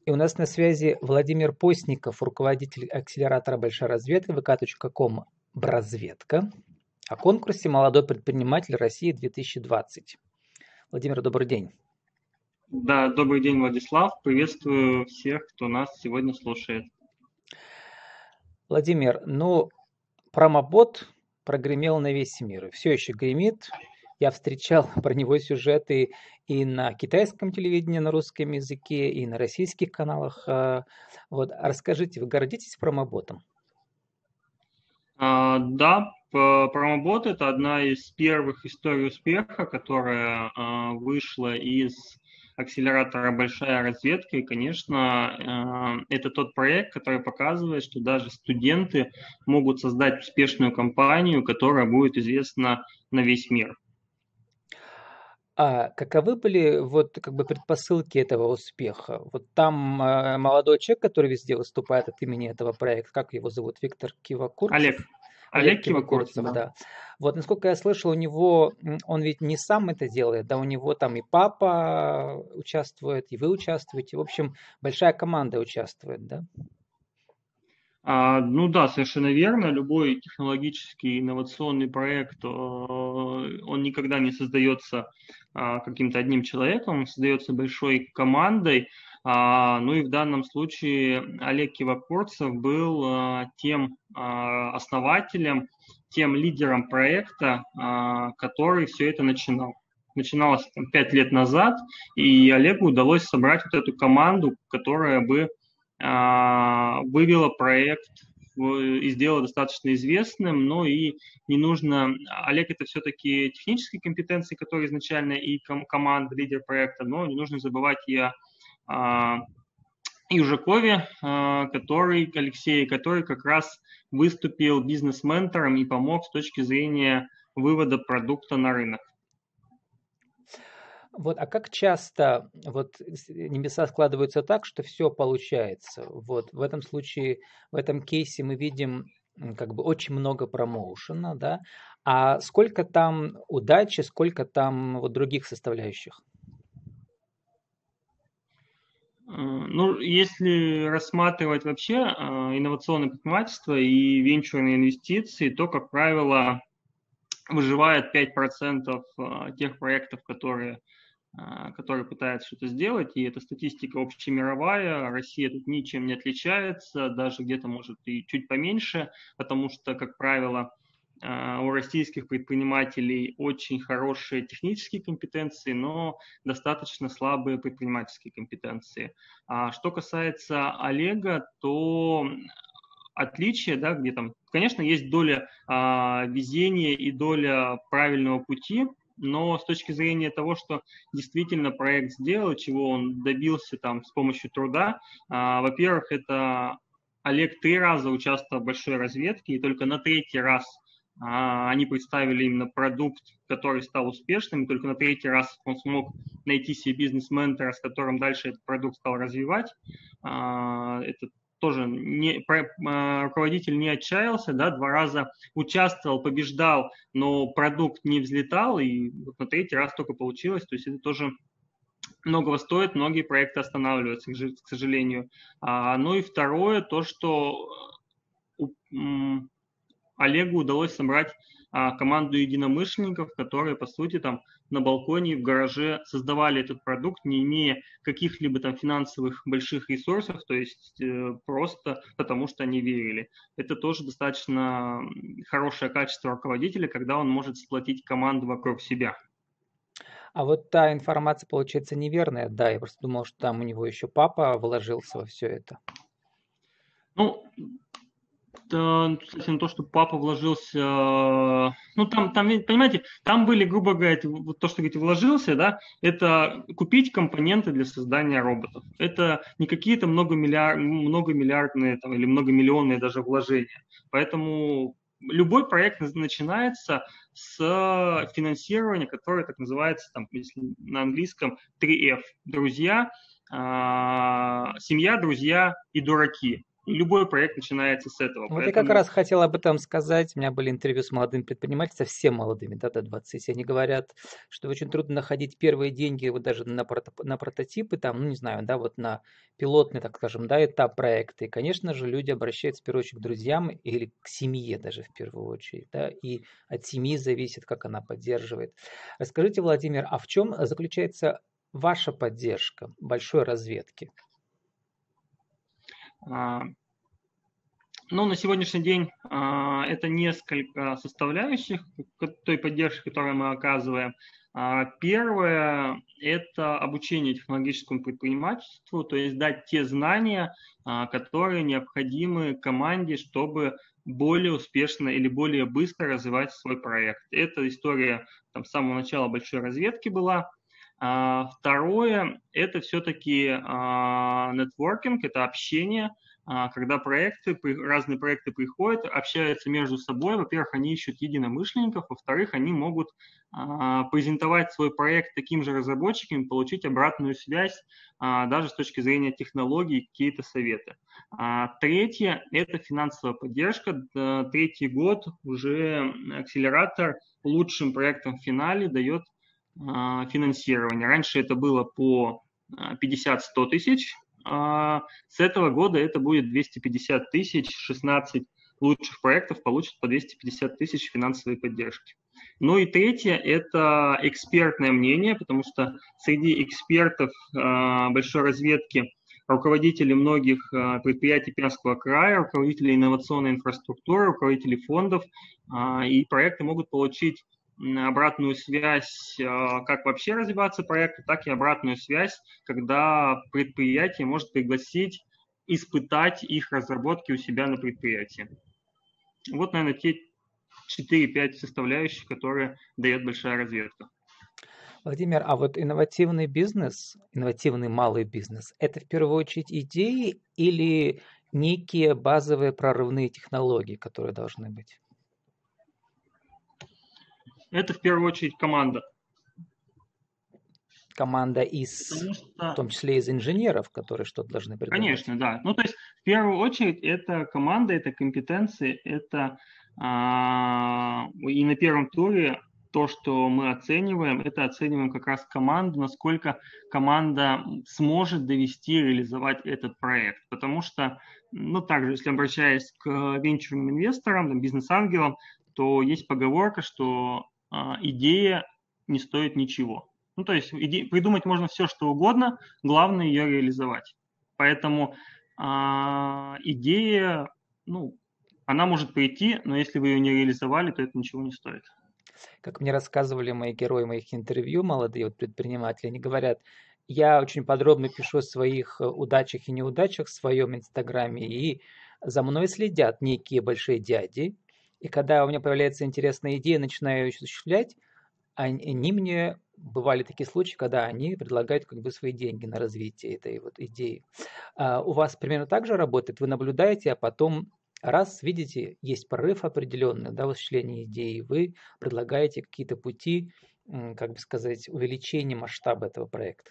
И у нас на связи Владимир Постников, руководитель акселератора «Большая разведка» vk.com «Бразведка» о конкурсе «Молодой предприниматель России-2020». Владимир, добрый день. Да, добрый день, Владислав. Приветствую всех, кто нас сегодня слушает. Владимир, промобот прогремел на весь мир. Все еще гремит. Я встречал про него сюжеты и на китайском телевидении, на русском языке, и на российских каналах. Расскажите, вы гордитесь промоботом? Да, промобот – это одна из первых историй успеха, которая вышла из акселератора «Большая разведка». И, конечно, это тот проект, который показывает, что даже студенты могут создать успешную компанию, которая будет известна на весь мир. А каковы были предпосылки этого успеха? Вот там молодой человек, который везде выступает от имени этого проекта, как его зовут? Виктор Кивакурцев? Олег Кивакурцев, да. Вот, насколько я слышал, он ведь не сам это делает, да, у него там и папа участвует, и вы участвуете, в общем, большая команда участвует, да? Да, совершенно верно. Любой технологический инновационный проект, он никогда не создается каким-то одним человеком, он создается большой командой. И в данном случае Олег Кивакурцев был тем основателем, тем лидером проекта, который все это начинал. Начиналось 5 лет назад, и Олегу удалось собрать вот эту команду, которая бы вывела проект и сделала достаточно известным, но и не нужно... Олег – это все-таки технические компетенции, которые изначально и команда, лидер проекта, но не нужно забывать и о Южакове, Алексее, который как раз выступил бизнес-ментором и помог с точки зрения вывода продукта на рынок. А как часто небеса складываются так, что все получается? В этом случае, в этом кейсе мы видим очень много промоушена, да? А сколько там удачи, сколько там других составляющих? Если рассматривать вообще инновационное предпринимательство и венчурные инвестиции, то, как правило, выживает 5% тех проектов, которые пытаются что-то сделать, и эта статистика общемировая, Россия тут ничем не отличается, даже где-то может и чуть поменьше, потому что, как правило, у российских предпринимателей очень хорошие технические компетенции, но достаточно слабые предпринимательские компетенции. А что касается Олега, то отличие, да, где там, конечно, есть доля везения и доля правильного пути, но с точки зрения того, что действительно проект сделал, чего он добился там с помощью труда, во-первых, это Олег 3 раза участвовал в большой разведке, и только на 3-й раз они представили именно продукт, который стал успешным, и только на 3-й раз он смог найти себе бизнес-ментора, с которым дальше этот продукт стал развивать. Это тоже руководитель не отчаялся, да, 2 раза участвовал, побеждал, но продукт не взлетал, и вот на 3-й раз только получилось, то есть это тоже многого стоит, многие проекты останавливаются, к сожалению. И второе, то, что Олегу удалось собрать команду единомышленников, которые, по сути, там на балконе в гараже создавали этот продукт, не имея каких-либо там финансовых больших ресурсов, то есть просто потому, что они верили. Это тоже достаточно хорошее качество руководителя, когда он может сплотить команду вокруг себя. А вот та информация, получается, неверная, да, я просто думал, что там у него еще папа вложился во все это. Кстати, на то, что папа вложился, там, понимаете, там были, грубо говоря, вот то, что говорите, вложился, да, это купить компоненты для создания роботов. Это не какие-то многомиллиардные там, или многомиллионные даже вложения. Поэтому любой проект начинается с финансирования, которое так называется, там, если на английском 3F. Друзья, семья, друзья и дураки. любой проект начинается с этого. Вот я как Поэтому раз хотел об этом сказать. У меня были интервью с молодыми предпринимателями, совсем молодыми, да, до 20. Они говорят, что очень трудно находить первые деньги вот даже на прототипы, там, ну не знаю, да, вот на пилотный, так скажем, да, этап проекта. И, конечно же, люди обращаются в первую очередь к друзьям или к семье даже в первую очередь, да, и от семьи зависит, как она поддерживает. Расскажите, Владимир, а в чем заключается ваша поддержка большой разведки? а, ну, на сегодняшний день это несколько составляющих той поддержки, которую мы оказываем. Первое – это обучение технологическому предпринимательству, то есть дать те знания, которые необходимы команде, чтобы более успешно или более быстро развивать свой проект. Эта история там, с самого начала большой разведки была. Второе – это все-таки нетворкинг, это общение, когда разные проекты приходят, общаются между собой. Во-первых, они ищут единомышленников, во-вторых, они могут презентовать свой проект таким же разработчикам, получить обратную связь, даже с точки зрения технологий, какие-то советы. Третье – это финансовая поддержка. Третий год уже акселератор лучшим проектам в финале дает финансирование. Раньше это было по 50-100 тысяч. С этого года это будет 250 тысяч, 16 лучших проектов получат по 250 тысяч финансовой поддержки. Ну и третье – это экспертное мнение, потому что среди экспертов большой разведки руководители многих предприятий Пермского края, руководители инновационной инфраструктуры, руководители фондов, и проекты могут получить обратную связь, как вообще развиваться проект, так и обратную связь, когда предприятие может пригласить испытать их разработки у себя на предприятии. Вот, наверное, те 4-5 составляющих, которые дает большая разведка. Владимир, а вот инновативный бизнес, инновативный малый бизнес, это в первую очередь идеи или некие базовые прорывные технологии, которые должны быть? Это в первую очередь команда. Команда в том числе из инженеров, которые что-то должны придумать. Конечно, да. Ну, то есть, в первую очередь, это команда, это компетенции, это и на первом туре то, что мы оцениваем, это оцениваем как раз команду, насколько команда сможет довести и реализовать этот проект. Потому что, ну, также, если обращаясь к венчурным инвесторам, бизнес-ангелам, то есть поговорка, что идея не стоит ничего. Ну, то есть придумать можно все, что угодно, главное ее реализовать. Поэтому идея, ну, она может прийти, но если вы ее не реализовали, то это ничего не стоит. Как мне рассказывали мои герои моих интервью, молодые вот предприниматели, они говорят, я очень подробно пишу о своих удачах и неудачах в своем инстаграме, и за мной следят некие большие дяди, и когда у меня появляется интересная идея, начинаю ее осуществлять, они мне, бывали такие случаи, когда они предлагают как бы свои деньги на развитие этой вот идеи. У вас примерно так же работает? Вы наблюдаете, а потом раз видите, есть прорыв определенный, да, в осуществлении идеи, вы предлагаете какие-то пути, как бы сказать, увеличения масштаба этого проекта.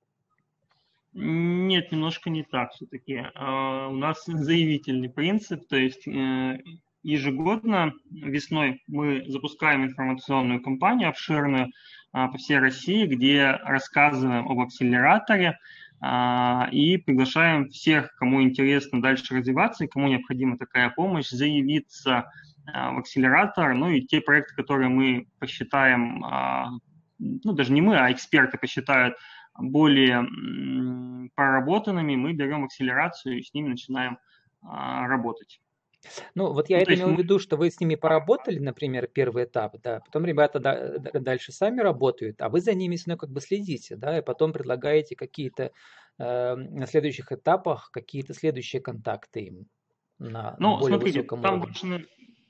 Нет, немножко не так все-таки. У нас заявительный принцип, то есть ежегодно весной мы запускаем информационную кампанию обширную по всей России, где рассказываем об акселераторе и приглашаем всех, кому интересно дальше развиваться и кому необходима такая помощь, заявиться в акселератор. Ну и те проекты, которые мы посчитаем, ну даже не мы, а эксперты посчитают более проработанными, мы берем акселерацию и с ними начинаем работать. Ну, вот я это имел в виду, что вы с ними поработали, например, первый этап, да, потом ребята дальше сами работают, а вы за ними как бы следите, да, и потом предлагаете какие-то на следующих этапах какие-то следующие контакты им на более высоком уровне.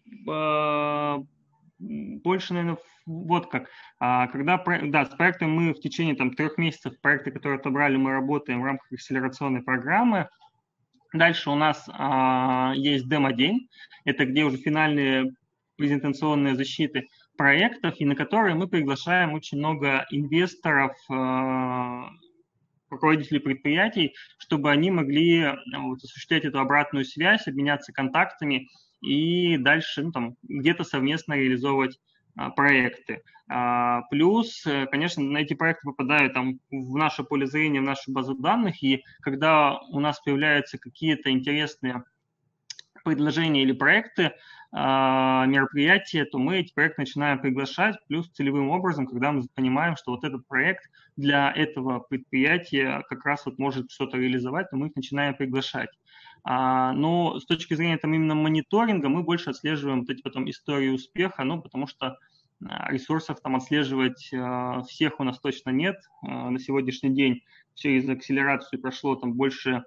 Больше, наверное, вот как. Когда, да, с проектом мы в течение 3 месяцев, проекты, которые отобрали, мы работаем в рамках акселерационной программы. Дальше у нас есть демо-день, это где уже финальные презентационные защиты проектов, и на которые мы приглашаем очень много инвесторов руководителей предприятий, чтобы они могли осуществлять эту обратную связь, обменяться контактами и дальше где-то совместно реализовывать проекты. Плюс, конечно, на эти проекты попадают в наше поле зрения, в нашу базу данных, и когда у нас появляются какие-то интересные предложения или проекты, мероприятия, то мы эти проекты начинаем приглашать, плюс целевым образом, когда мы понимаем, что вот этот проект для этого предприятия как раз может что-то реализовать, то мы их начинаем приглашать. Но с точки зрения именно мониторинга мы больше отслеживаем потом истории успеха, потому что ресурсов отслеживать всех у нас точно нет. На сегодняшний день через акселерацию прошло больше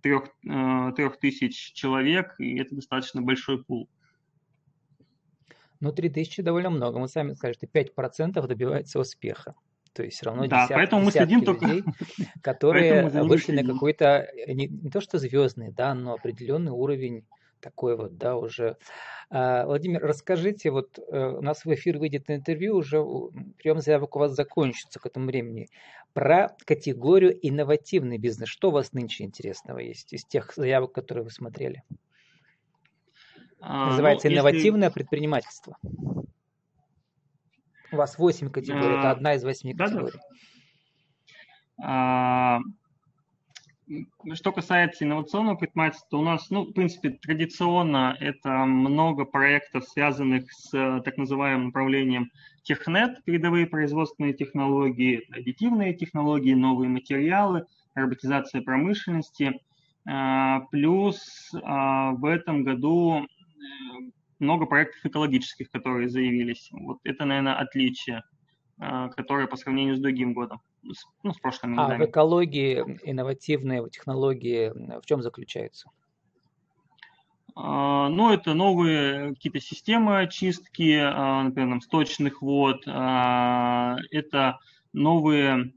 3000 человек, и это достаточно большой пул. 3000 довольно много. Мы сами сказали, что 5% добивается успеха. То есть все равно поэтому мы десятки следим людей, которые вышли на какой-то, не то что звездный, но определенный уровень такой уже. Владимир, расскажите, у нас в эфир выйдет интервью, уже прием заявок у вас закончится к этому времени, про категорию инновативный бизнес. Что у вас нынче интересного есть из тех заявок, которые вы смотрели? Называется инновативное предпринимательство. У вас 8 категорий, это одна из 8 категорий. Что касается инновационного предпринимательства, у нас, в принципе, традиционно это много проектов, связанных с так называемым направлением технет, передовые производственные технологии, аддитивные технологии, новые материалы, роботизация промышленности. Плюс в этом году много проектов экологических, которые заявились. Вот это, наверное, отличие, которое по сравнению с другим годом, с прошлыми годами. В экологии инновативные технологии в чем заключаются? Это новые какие-то системы очистки, например, сточных вод, это новые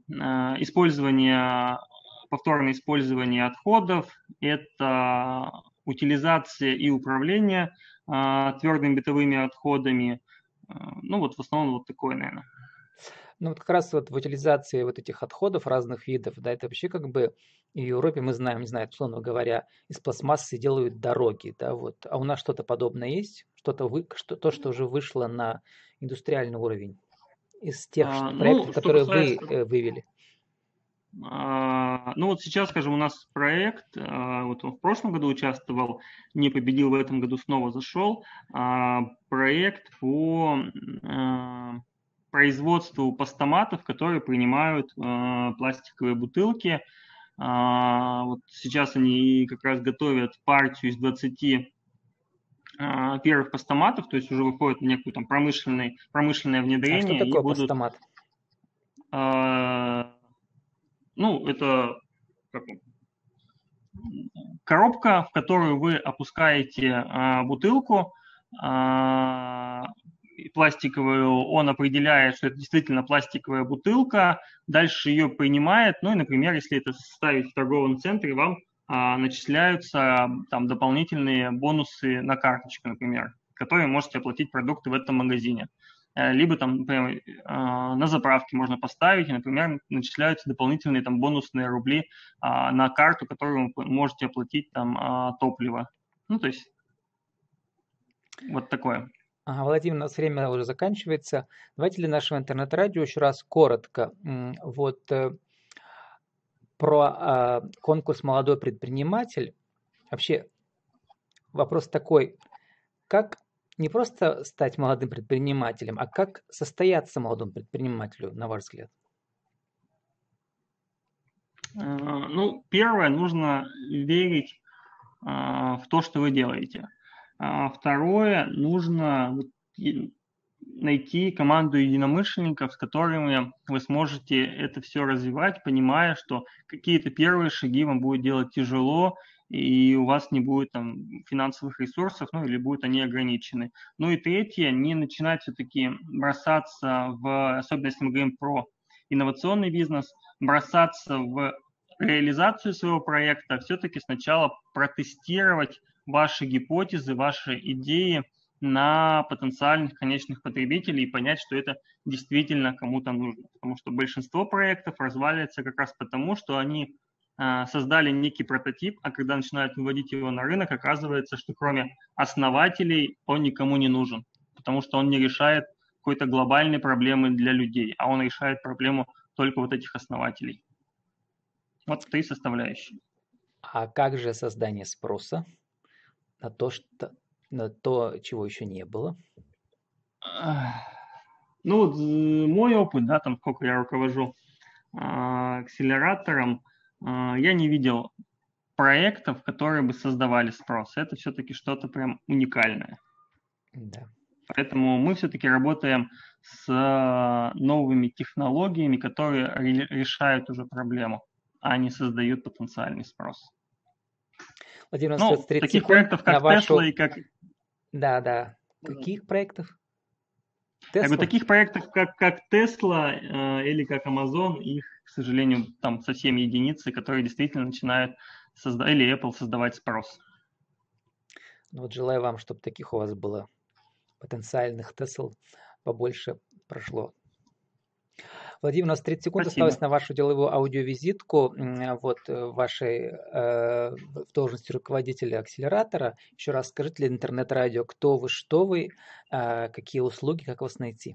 повторное использование отходов, это утилизация и управление твердыми бытовыми отходами. В основном такое, наверное. Как раз в утилизации этих отходов разных видов, это вообще в Европе мы знаем, не знаю, условно говоря, из пластмассы делают дороги, а у нас что-то подобное есть? То, что уже вышло на индустриальный уровень из тех проектов, которые вы вывели? Сейчас, скажем, у нас проект, он в прошлом году участвовал, не победил, в этом году снова зашел, проект по производству постаматов, которые принимают пластиковые бутылки. Сейчас они как раз готовят партию из 20 первых постаматов, то есть уже выходит в некое промышленное внедрение. А что такое постамат? Это коробка, в которую вы опускаете бутылку пластиковую, он определяет, что это действительно пластиковая бутылка, дальше ее принимает, и, например, если это ставить в торговом центре, вам начисляются дополнительные бонусы на карточку, например, которые можете оплатить продукты в этом магазине. Либо например, на заправке можно поставить, и, например, начисляются дополнительные бонусные рубли на карту, которую вы можете оплатить топливо. То есть вот такое. Владимир, у нас время уже заканчивается. Давайте для нашего интернет-радио еще раз коротко про конкурс «Молодой предприниматель». Вообще вопрос такой, как не просто стать молодым предпринимателем, а как состояться молодым предпринимателю, на ваш взгляд? Первое, нужно верить в то, что вы делаете. Второе, нужно найти команду единомышленников, с которыми вы сможете это все развивать, понимая, что какие-то первые шаги вам будет делать тяжело, и у вас не будет финансовых ресурсов, или будут они ограничены. И третье, не начинать все-таки бросаться особенно если мы говорим про инновационный бизнес, бросаться в реализацию своего проекта, все-таки сначала протестировать ваши гипотезы, ваши идеи на потенциальных конечных потребителей и понять, что это действительно кому-то нужно. Потому что большинство проектов разваливается как раз потому, что они создали некий прототип, а когда начинают выводить его на рынок, оказывается, что кроме основателей он никому не нужен, потому что он не решает какой-то глобальной проблемы для людей, а он решает проблему только вот этих основателей. Вот 3 составляющие. А как же создание спроса на то, чего еще не было? Ну, вот мой опыт, да, там сколько я руковожу акселератором, я не видел проектов, которые бы создавали спрос. Это все-таки что-то прям уникальное. Да. Поэтому мы все-таки работаем с новыми технологиями, которые решают уже проблему, а не создают потенциальный спрос. Владимир, у нас остается 30 таких секунд проектов, на как вашу... Tesla и как... Да. Каких проектов? Я говорю, Tesla? таких проектов, как Tesla или как Amazon, их, к сожалению, там совсем единицы, которые действительно начинают создавать, или Apple создавать спрос. Ну, вот желаю вам, чтобы таких у вас было, потенциальных Tesla, побольше прошло. Владимир, у нас 30 секунд Спасибо. осталось на вашу деловую аудиовизитку. Вот вашей в должности руководителя акселератора. Еще раз скажите для интернет-радио, кто вы, что вы, какие услуги, как вас найти?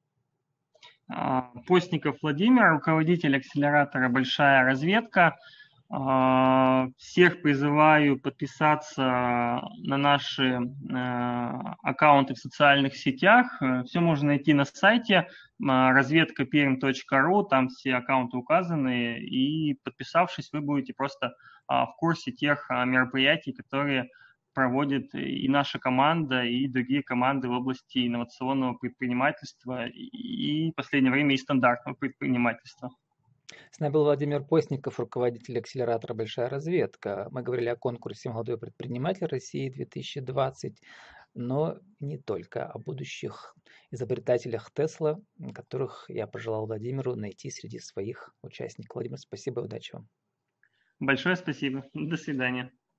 Постников Владимир, руководитель акселератора «Большая разведка». Всех призываю подписаться на наши аккаунты в социальных сетях. Все можно найти на сайте разведка.perm.ru, там все аккаунты указаны, и подписавшись, вы будете просто в курсе тех мероприятий, которые проводит и наша команда, и другие команды в области инновационного предпринимательства, и в последнее время и стандартного предпринимательства. С нами был Владимир Постников, руководитель акселератора «Большая разведка». Мы говорили о конкурсе «Молодой предприниматель России 2020», но не только, о будущих изобретателях Тесла, которых я пожелал Владимиру найти среди своих участников. Владимир, спасибо и удачи вам. Большое спасибо. До свидания.